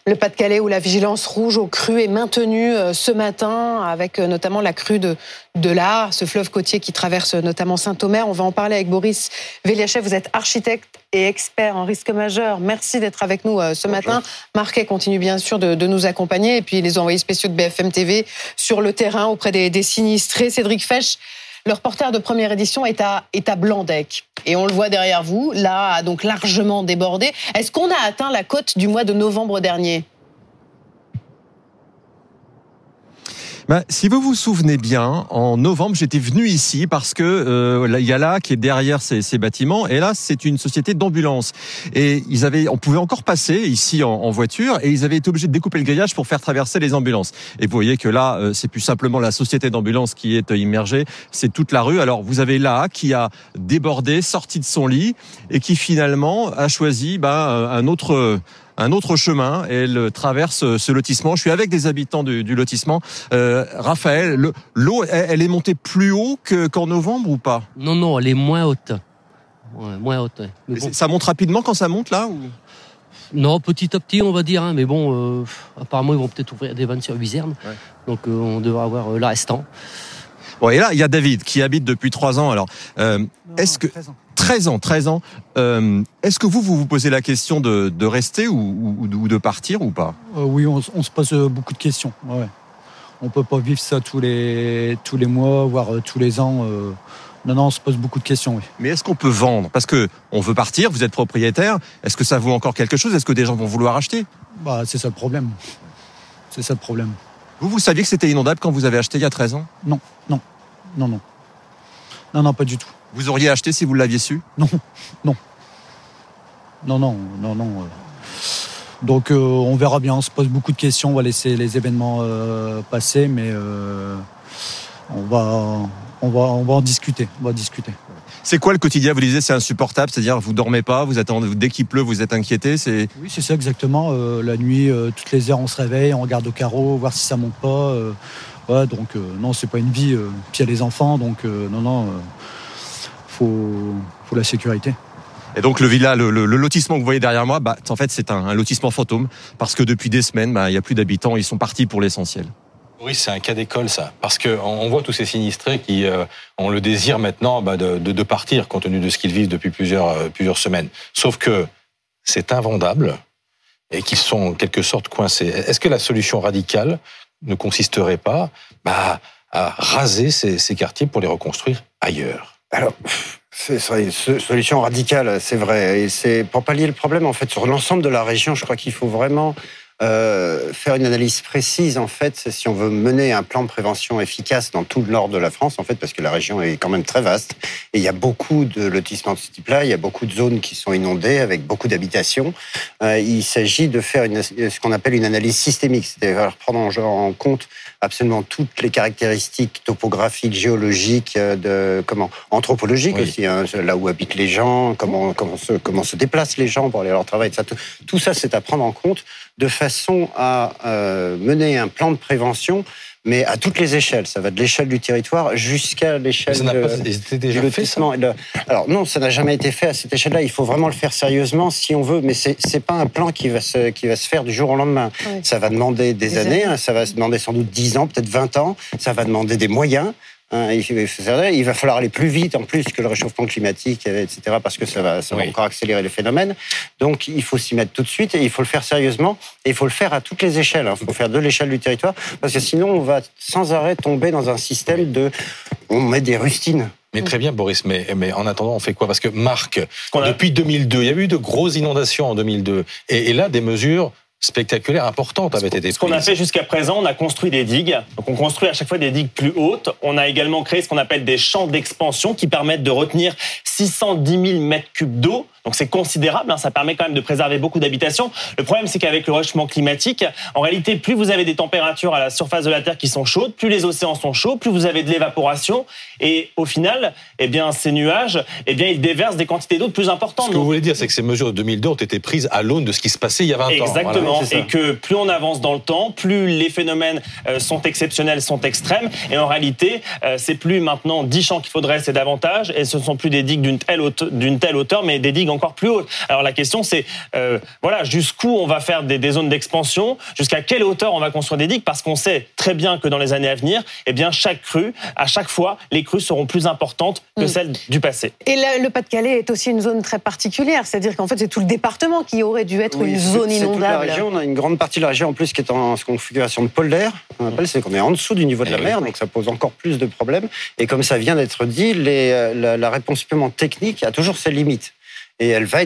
Le Pas-de-Calais où la vigilance rouge aux crues est maintenue ce matin avec notamment la crue de l'Aa, ce fleuve côtier qui traverse notamment Saint-Omer. On va en parler avec Boris Veliachev. Vous êtes architecte et expert en risque majeur. Merci d'être avec nous ce matin. Marquet continue bien sûr de nous accompagner et puis les envoyés spéciaux de BFM TV sur le terrain auprès des sinistrés. Cédric Fesch, le reporter de première édition est à Blandec. Et on le voit derrière vous, là, a donc largement débordé. Est-ce qu'on a atteint la cote du mois de novembre dernier ? Si vous vous souvenez bien, en novembre, j'étais venu ici parce que il y a là qui est derrière ces bâtiments, et là c'est une société d'ambulance. Et on pouvait encore passer ici en voiture, et ils avaient été obligés de découper le grillage pour faire traverser les ambulances. Et vous voyez que là, c'est plus simplement la société d'ambulance qui est immergée, c'est toute la rue. Alors vous avez là qui a débordé, sorti de son lit, et qui finalement a choisi un autre chemin. Elle traverse ce lotissement. Je suis avec des habitants du lotissement. Raphaël, l'eau, elle est montée plus haut qu'en novembre ou pas ? Non, elle est moins haute. Ouais, moins haute. Ouais. Bon. Ça monte rapidement quand ça monte là ou... Non, petit à petit on va dire. Mais bon, apparemment ils vont peut-être ouvrir des vannes sur Viserne. Ouais. Donc on devra avoir le restant. Bon, et là il y a David qui habite depuis 3 ans. Alors, est-ce que... 13 ans. Est-ce que vous posez la question de rester ou de partir ou pas ? Oui, on se pose beaucoup de questions. Ouais. On peut pas vivre ça tous les mois, voire tous les ans. Non, on se pose beaucoup de questions. Oui. Mais est-ce qu'on peut vendre ? Parce que on veut partir. Vous êtes propriétaire. Est-ce que ça vaut encore quelque chose ? Est-ce que des gens vont vouloir acheter ? C'est ça le problème. Vous saviez que c'était inondable quand vous avez acheté il y a 13 ans ? Non, pas du tout. Vous auriez acheté si vous l'aviez su ? Non. Donc on verra bien, on se pose beaucoup de questions, on va laisser les événements passer, mais on va en discuter. C'est quoi le quotidien ? Vous disiez c'est insupportable, c'est-à-dire vous dormez pas, vous attendez, dès qu'il pleut, vous êtes inquiété. Oui, c'est ça exactement. La nuit, toutes les heures, on se réveille, on regarde au carreau, voir si ça monte pas. Donc non, c'est pas une vie. Puis il y a les enfants, donc faut la sécurité. Et donc le lotissement que vous voyez derrière moi, en fait c'est un lotissement fantôme parce que depuis des semaines, il y a plus d'habitants, ils sont partis pour l'essentiel. Oui, c'est un cas d'école ça, parce que on voit tous ces sinistrés qui ont le désir maintenant de partir compte tenu de ce qu'ils vivent depuis plusieurs semaines. Sauf que c'est invendable et qu'ils sont en quelque sorte coincés. Est-ce que la solution radicale ne consisterait pas à raser ces quartiers pour les reconstruire ailleurs ? Alors, c'est une solution radicale, c'est vrai. Et c'est pour pallier le problème, en fait, sur l'ensemble de la région, je crois qu'il faut vraiment faire une analyse précise, en fait, si on veut mener un plan de prévention efficace dans tout le nord de la France, en fait, parce que la région est quand même très vaste. Et il y a beaucoup de lotissements de ce type-là, il y a beaucoup de zones qui sont inondées avec beaucoup d'habitations. Il s'agit de faire ce qu'on appelle une analyse systémique, c'est-à-dire prendre en compte absolument toutes les caractéristiques topographiques, géologiques, anthropologiques aussi, là où habitent les gens, comment se déplacent les gens pour aller à leur travail, etc. Tout ça, c'est à prendre en compte de façon à mener un plan de prévention, mais à toutes les échelles. Ça va de l'échelle du territoire jusqu'à l'échelle du lotissement. Alors non, ça n'a jamais été fait à cette échelle-là. Il faut vraiment le faire sérieusement si on veut, mais c'est pas un plan qui va se faire du jour au lendemain. Ouais. Ça va demander des années, ça va se demander sans doute 10 ans, peut-être 20 ans. Ça va demander des moyens. Il va falloir aller plus vite en plus que le réchauffement climatique, etc., parce que ça va encore accélérer les phénomènes. Donc il faut s'y mettre tout de suite et il faut le faire sérieusement et il faut le faire à toutes les échelles. Il faut faire de l'échelle du territoire parce que sinon on va sans arrêt tomber dans un système on met des rustines. Mais très bien, Boris, mais en attendant, on fait quoi ? Parce que Marc, depuis 2002, il y a eu de grosses inondations en 2002 et là des mesures spectaculaire, importante avait été prise. Ce qu'on a fait jusqu'à présent, on a construit des digues. Donc on construit à chaque fois des digues plus hautes. On a également créé ce qu'on appelle des champs d'expansion qui permettent de retenir 610 000 mètres cubes d'eau. Donc c'est considérable, ça permet quand même de préserver beaucoup d'habitations. Le problème, c'est qu'avec le réchauffement climatique, en réalité, plus vous avez des températures à la surface de la Terre qui sont chaudes, plus les océans sont chauds, plus vous avez de l'évaporation. Et au final, ces nuages, ils déversent des quantités d'eau de plus importantes. Ce que vous voulez dire, c'est que ces mesures de 2002 ont été prises à l'aune de ce qui se passait il y a 20 ans. Exactement. Exactement. Et que plus on avance dans le temps, plus les phénomènes sont exceptionnels, sont extrêmes. Et en réalité, c'est plus maintenant 10 champs qu'il faudrait, c'est davantage. Et ce ne sont plus des digues d'une telle hauteur, mais des digues encore plus hautes. Alors la question, c'est jusqu'où on va faire des zones d'expansion, jusqu'à quelle hauteur on va construire des digues, parce qu'on sait très bien que dans les années à venir, eh bien chaque crue, à chaque fois, les crues seront plus importantes que celles du passé. Et le Pas-de-Calais est aussi une zone très particulière, c'est-à-dire qu'en fait c'est tout le département qui aurait dû être une zone inondable. Toute la région, on a une grande partie de la région en plus qui est en configuration de polder. C'est qu'on est en dessous du niveau de la mer, donc ça pose encore plus de problèmes. Et comme ça vient d'être dit, la réponse purement technique a toujours ses limites. Et elle va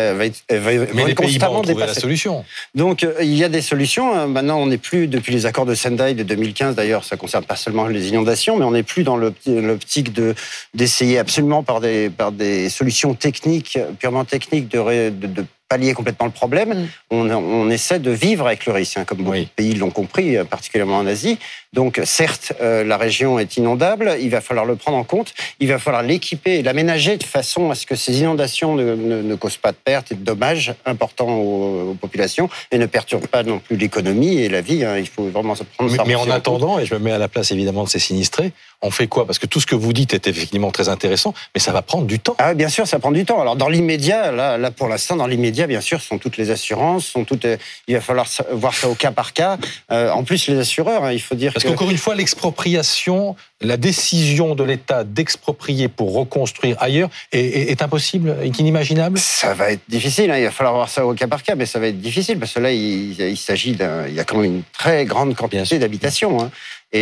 être constamment dépassée. La solution. Donc il y a des solutions. Maintenant, on n'est plus, depuis les accords de Sendai de 2015, d'ailleurs, ça ne concerne pas seulement les inondations, mais on n'est plus dans l'optique d'essayer absolument par des solutions techniques, purement techniques, de pallier complètement le problème. On essaie de vivre avec le risque, comme beaucoup de pays l'ont compris, particulièrement en Asie. Donc, certes, la région est inondable, il va falloir le prendre en compte, il va falloir l'équiper et l'aménager de façon à ce que ces inondations ne causent pas de pertes et de dommages importants aux populations et ne perturbent pas non plus l'économie et la vie. Il faut vraiment se prendre ça. Mais en attendant, et je me mets à la place évidemment de ces sinistrés, on fait quoi? Parce que tout ce que vous dites est effectivement très intéressant, mais ça va prendre du temps. Ah, bien sûr, ça prend du temps. Alors, dans l'immédiat, là pour l'instant, dans l'immédiat, bien sûr, sont toutes les assurances, il va falloir voir ça au cas par cas. En plus, les assureurs, il faut dire Parce qu'encore une fois, l'expropriation, la décision de l'État d'exproprier pour reconstruire ailleurs est impossible, est inimaginable. Ça va être difficile, il va falloir voir ça au cas par cas, mais ça va être difficile, parce que là, il s'agit il y a quand même une très grande quantité d'habitations. Et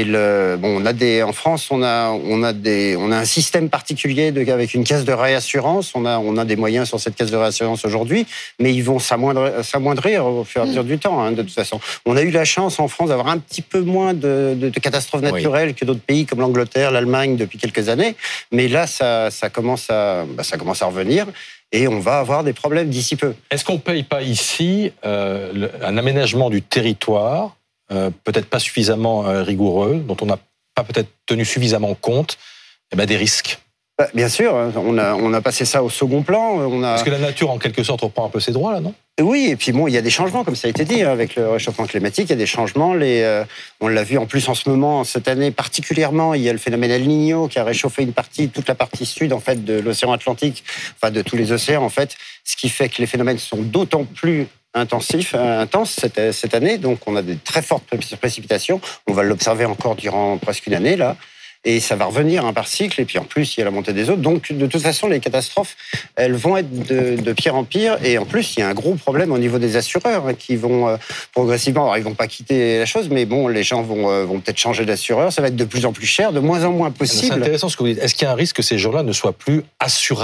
en France, on a un système particulier avec une caisse de réassurance. On a des moyens sur cette caisse de réassurance aujourd'hui, mais ils vont s'amoindrir au fur et à mesure du temps. De toute façon, on a eu la chance en France d'avoir un petit peu moins de catastrophes naturelles que d'autres pays comme l'Angleterre, l'Allemagne depuis quelques années. Mais là, ça commence à revenir. Et on va avoir des problèmes d'ici peu. Est-ce qu'on ne paye pas ici un aménagement du territoire peut-être pas suffisamment rigoureux, dont on n'a pas peut-être tenu suffisamment compte des risques? Bien sûr, on a passé ça au second plan. Parce que la nature, en quelque sorte, reprend un peu ses droits, là, non? Oui, et puis il y a des changements, comme ça a été dit, avec le réchauffement climatique, il y a des changements. On l'a vu en plus en ce moment, cette année particulièrement, il y a le phénomène El Niño qui a réchauffé toute la partie sud en fait de l'océan Atlantique, enfin de tous les océans en fait, ce qui fait que les phénomènes sont d'autant plus intenses cette année. Donc on a de très fortes précipitations. On va l'observer encore durant presque une année là. Et ça va revenir par cycle, et puis en plus, il y a la montée des eaux. Donc, de toute façon, les catastrophes, elles vont être de pire en pire. Et en plus, il y a un gros problème au niveau des assureurs qui vont progressivement... Alors, ils vont pas quitter la chose, mais bon, les gens vont peut-être changer d'assureur. Ça va être de plus en plus cher, de moins en moins possible. C'est intéressant ce que vous dites. Est-ce qu'il y a un risque que ces gens-là ne soient plus assurables ?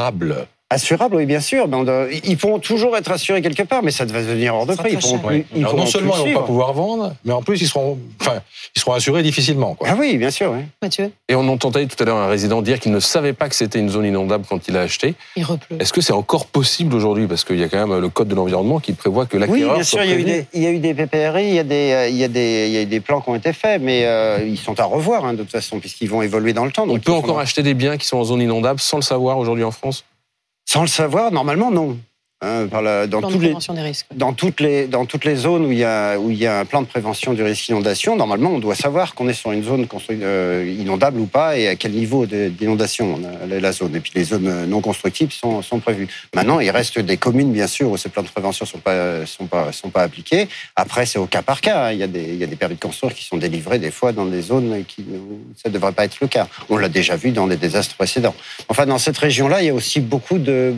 Assurable, oui, bien sûr. Ils pourront toujours être assurés quelque part, mais ça va devenir hors de prix. Alors non seulement ils ne vont pas pouvoir vendre, mais en plus ils seront assurés difficilement. Ah oui, bien sûr. Oui. Mathieu ? Et on entendait tout à l'heure un résident dire qu'il ne savait pas que c'était une zone inondable quand il a acheté. Il repleut. Est-ce que c'est encore possible aujourd'hui ? Parce qu'il y a quand même le code de l'environnement qui prévoit que l'acquéreur... Oui, bien sûr, il y a eu des PPRI, il y a eu des plans qui ont été faits, mais ils sont à revoir de toute façon, puisqu'ils vont évoluer dans le temps. On peut encore acheter des biens qui sont en zone inondable sans le savoir aujourd'hui en France ? Sans le savoir, normalement, non. Dans toutes les zones où il y a un plan de prévention du risque d'inondation, normalement, on doit savoir qu'on est sur une zone inondable ou pas et à quel niveau d'inondation la zone. Et puis les zones non constructibles sont prévues. Maintenant, il reste des communes, bien sûr, où ces plans de prévention sont pas appliqués. Après, c'est au cas par cas. Il y a des permis de construire qui sont délivrés des fois dans des zones où ça ne devrait pas être le cas. On l'a déjà vu dans des désastres précédents. Enfin, dans cette région-là, il y a aussi beaucoup de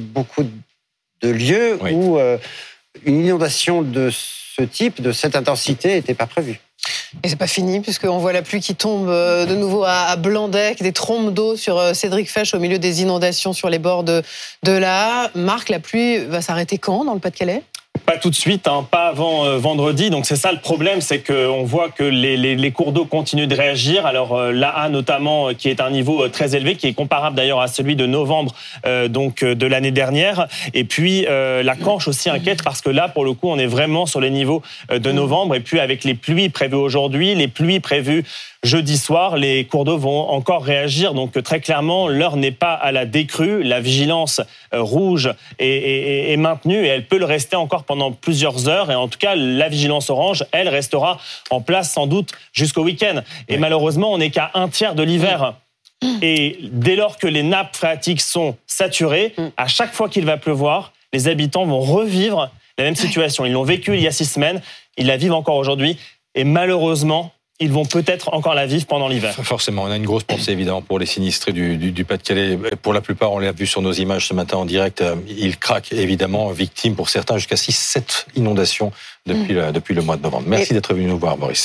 lieux où une inondation de ce type, de cette intensité, n'était pas prévue. Et c'est pas fini, puisqu'on voit la pluie qui tombe de nouveau à Blandec, des trombes d'eau sur Cédric Fesch au milieu des inondations sur les bords de l'Aa. Marc, la pluie va s'arrêter quand dans le Pas-de-Calais ? Pas tout de suite, pas avant vendredi. Donc c'est ça le problème, c'est qu'on voit que les cours d'eau continuent de réagir. Alors l'Aa notamment, qui est un niveau très élevé, qui est comparable d'ailleurs à celui de novembre de l'année dernière. Et puis la Canche aussi inquiète parce que là, pour le coup, on est vraiment sur les niveaux de novembre. Et puis avec les pluies prévues aujourd'hui, les pluies prévues jeudi soir, les cours d'eau vont encore réagir. Donc très clairement, l'heure n'est pas à la décrue. La vigilance rouge est maintenue et elle peut le rester encore pendant plusieurs heures. Et en tout cas, la vigilance orange, elle restera en place sans doute jusqu'au week-end. Et malheureusement, on n'est qu'à un tiers de l'hiver. Et dès lors que les nappes phréatiques sont saturées, à chaque fois qu'il va pleuvoir, les habitants vont revivre la même situation. Ils l'ont vécu il y a 6 semaines, ils la vivent encore aujourd'hui. Et malheureusement, ils vont peut-être encore la vivre pendant l'hiver. Forcément, on a une grosse pensée évidemment pour les sinistrés du Pas-de-Calais. Pour la plupart, on l'a vu sur nos images ce matin en direct, ils craquent évidemment, victimes pour certains jusqu'à 6-7 inondations depuis le mois de novembre. Merci d'être venu nous voir, Boris.